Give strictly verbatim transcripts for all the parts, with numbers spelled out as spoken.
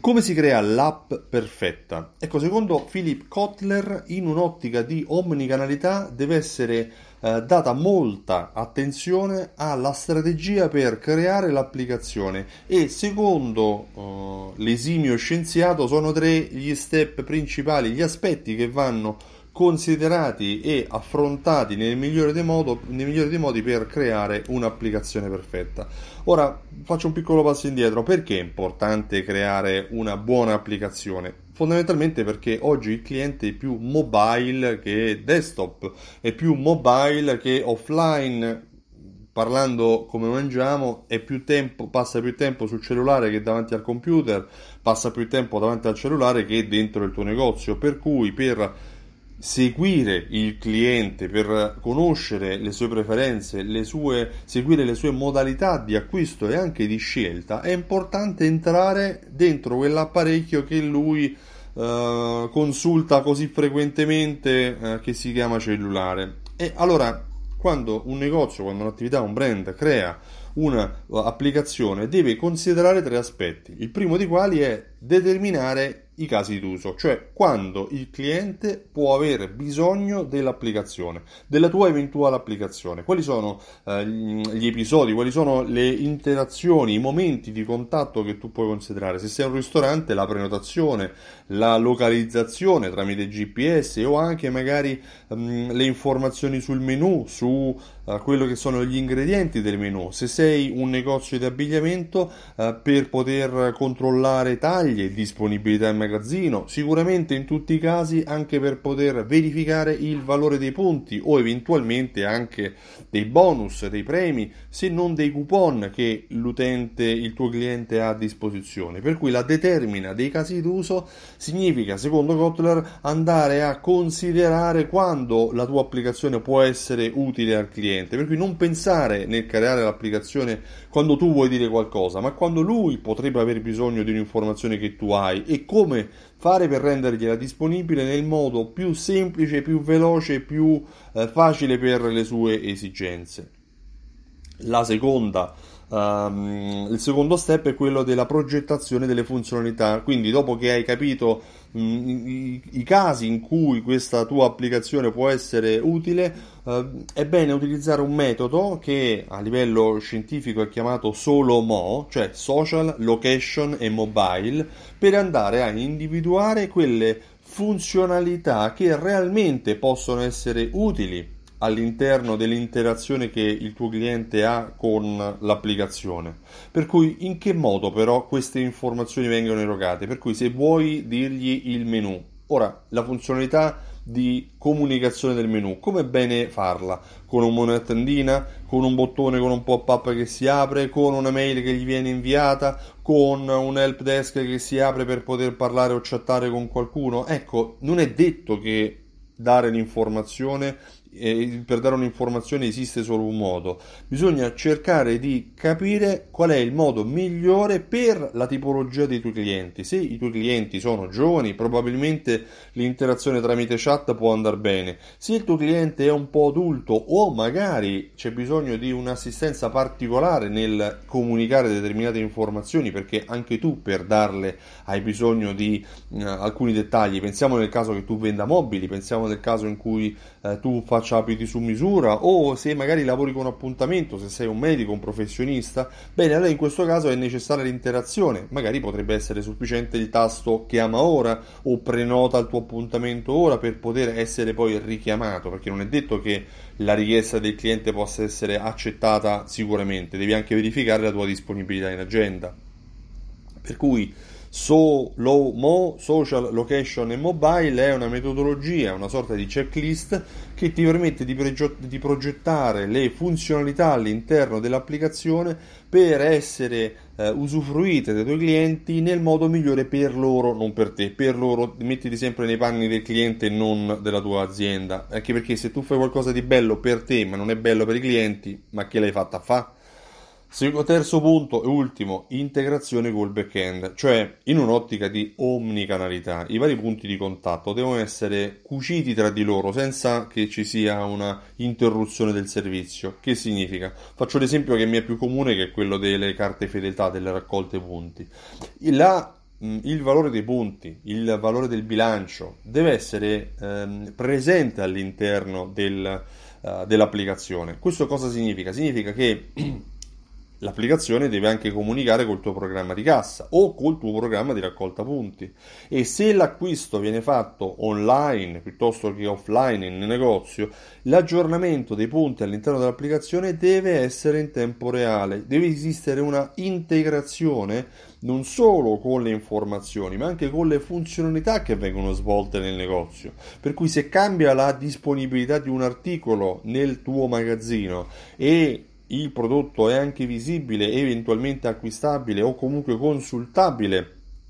Come si crea l'app perfetta? Ecco, secondo Philip Kotler, in un'ottica di omnicanalità deve essere eh, data molta attenzione alla strategia per creare l'applicazione e secondo eh, l'esimio scienziato sono tre gli step principali, gli aspetti che vanno considerati e affrontati nel migliore dei, modo, nel migliore dei modi per creare un'applicazione perfetta. Ora faccio un piccolo passo indietro. Perché è importante creare una buona applicazione? Fondamentalmente perché oggi il cliente è più mobile che desktop, è più mobile che offline. Parlando come mangiamo, è più tempo, passa più tempo sul cellulare che davanti al computer, passa più tempo davanti al cellulare che dentro il tuo negozio, per cui per seguire il cliente, per conoscere le sue preferenze, le sue, seguire le sue modalità di acquisto e anche di scelta, è importante entrare dentro quell'apparecchio che lui eh, consulta così frequentemente, eh, che si chiama cellulare. E allora, quando un negozio, quando un'attività, un brand crea un'applicazione, deve considerare tre aspetti. Il primo di quali è determinare i casi d'uso, cioè quando il cliente può avere bisogno dell'applicazione, della tua eventuale applicazione, quali sono eh, gli episodi, quali sono le interazioni, i momenti di contatto che tu puoi considerare. Se sei un ristorante, la prenotazione, la localizzazione tramite G P S o anche magari um, le informazioni sul menu, su uh, quello che sono gli ingredienti del menu. Se sei un negozio di abbigliamento, uh, per poter controllare taglie, disponibilità in magazzino, sicuramente in tutti i casi anche per poter verificare il valore dei punti o eventualmente anche dei bonus, dei premi, se non dei coupon che l'utente, il tuo cliente ha a disposizione. Per cui la determina dei casi d'uso significa, secondo Kotler, andare a considerare quando la tua applicazione può essere utile al cliente. Per cui non pensare nel creare l'applicazione quando tu vuoi dire qualcosa, ma quando lui potrebbe aver bisogno di un'informazione che tu hai e come fare per rendergliela disponibile nel modo più semplice, più veloce, più eh, facile per le sue esigenze. La seconda Um, il secondo step è quello della progettazione delle funzionalità. Quindi dopo che hai capito um, i, i casi in cui questa tua applicazione può essere utile, uh, è bene utilizzare un metodo che a livello scientifico è chiamato solo M O, cioè Social, Location e Mobile, per andare a individuare quelle funzionalità che realmente possono essere utili all'interno dell'interazione che il tuo cliente ha con l'applicazione. Per cui in che modo però queste informazioni vengono erogate? Per cui se vuoi dirgli il menu, ora la funzionalità di comunicazione del menu, come è bene farla? Con una monetandina, con un bottone, con un pop-up che si apre, con una mail che gli viene inviata, con un help desk che si apre per poter parlare o chattare con qualcuno? Ecco, non è detto che dare l'informazione E per dare un'informazione esiste solo un modo. Bisogna cercare di capire qual è il modo migliore per la tipologia dei tuoi clienti. Se i tuoi clienti sono giovani, probabilmente l'interazione tramite chat può andare bene. Se il tuo cliente è un po' adulto o magari c'è bisogno di un'assistenza particolare nel comunicare determinate informazioni, perché anche tu per darle hai bisogno di uh, alcuni dettagli. Pensiamo nel caso che tu venda mobili, pensiamo nel caso in cui uh, tu faccia abiti su misura, o se magari lavori con appuntamento, se sei un medico, un professionista, bene, allora in questo caso è necessaria l'interazione. Magari potrebbe essere sufficiente il tasto chiama ora o prenota il tuo appuntamento ora per poter essere poi richiamato, perché non è detto che la richiesta del cliente possa essere accettata sicuramente, devi anche verificare la tua disponibilità in agenda. Per cui Solo Mo, Social, Location e Mobile è una metodologia, una sorta di checklist che ti permette di, pregio- di progettare le funzionalità all'interno dell'applicazione per essere eh, usufruite dai tuoi clienti nel modo migliore per loro, non per te. Per loro, mettiti sempre nei panni del cliente e non della tua azienda, anche perché se tu fai qualcosa di bello per te ma non è bello per i clienti, ma che l'hai fatta a fa'? Terzo punto e ultimo, integrazione col back-end, cioè in un'ottica di omnicanalità i vari punti di contatto devono essere cuciti tra di loro senza che ci sia una interruzione del servizio. Che significa? Faccio l'esempio che mi è più comune, che è quello delle carte fedeltà, delle raccolte punti. La mh, il valore dei punti, il valore del bilancio deve essere ehm, presente all'interno del, uh, dell'applicazione. Questo cosa significa? Significa che l'applicazione deve anche comunicare col tuo programma di cassa o col tuo programma di raccolta punti, e se l'acquisto viene fatto online piuttosto che offline in negozio, l'aggiornamento dei punti all'interno dell'applicazione deve essere in tempo reale, deve esistere una integrazione non solo con le informazioni ma anche con le funzionalità che vengono svolte nel negozio, per cui se cambia la disponibilità di un articolo nel tuo magazzino e il prodotto è anche visibile, eventualmente acquistabile o comunque consultabile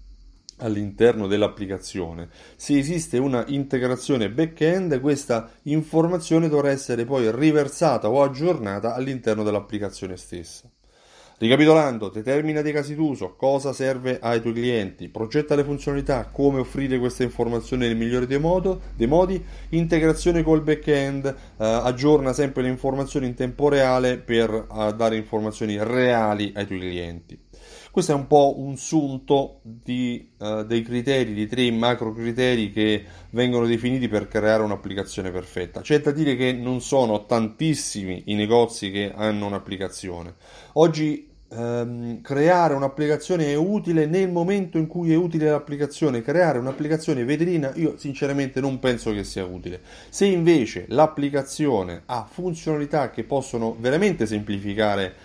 all'interno dell'applicazione, se esiste una integrazione back-end, questa informazione dovrà essere poi riversata o aggiornata all'interno dell'applicazione stessa. Ricapitolando, determina dei casi d'uso, cosa serve ai tuoi clienti, progetta le funzionalità, come offrire queste informazioni nel migliore dei, modo, dei modi, integrazione col back-end, eh, aggiorna sempre le informazioni in tempo reale per eh, dare informazioni reali ai tuoi clienti. Questo è un po' un sunto di, uh, dei criteri, di tre macro criteri che vengono definiti per creare un'applicazione perfetta. C'è da dire che non sono tantissimi i negozi che hanno un'applicazione. Oggi ehm, creare un'applicazione è utile nel momento in cui è utile l'applicazione. Creare un'applicazione vetrina io sinceramente non penso che sia utile. Se invece l'applicazione ha funzionalità che possono veramente semplificare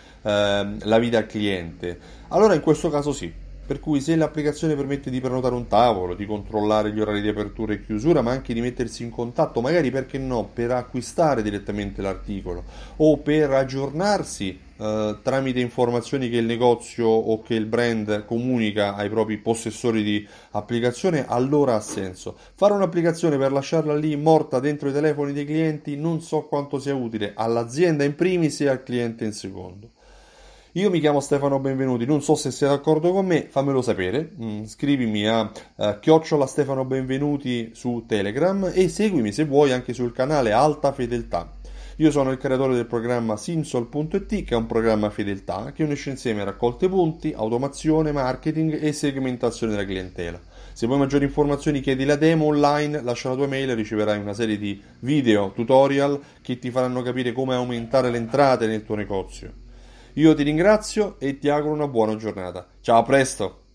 la vita al cliente, allora in questo caso sì. Per cui se l'applicazione permette di prenotare un tavolo, di controllare gli orari di apertura e chiusura, ma anche di mettersi in contatto, magari perché no, per acquistare direttamente l'articolo o per aggiornarsi eh, tramite informazioni che il negozio o che il brand comunica ai propri possessori di applicazione, allora ha senso. Fare un'applicazione per lasciarla lì morta dentro i telefoni dei clienti non so quanto sia utile all'azienda in primis e al cliente in secondo. Io mi chiamo Stefano Benvenuti, non so se sei d'accordo con me, fammelo sapere, mm, scrivimi a uh, chiocciola Stefano Benvenuti su Telegram e seguimi se vuoi anche sul canale Alta Fedeltà. Io sono il creatore del programma Simsol punto it, che è un programma fedeltà che unisce insieme raccolte punti, automazione, marketing e segmentazione della clientela. Se vuoi maggiori informazioni chiedi la demo online, lascia la tua mail e riceverai una serie di video tutorial che ti faranno capire come aumentare le entrate nel tuo negozio. Io ti ringrazio e ti auguro una buona giornata. Ciao, a presto!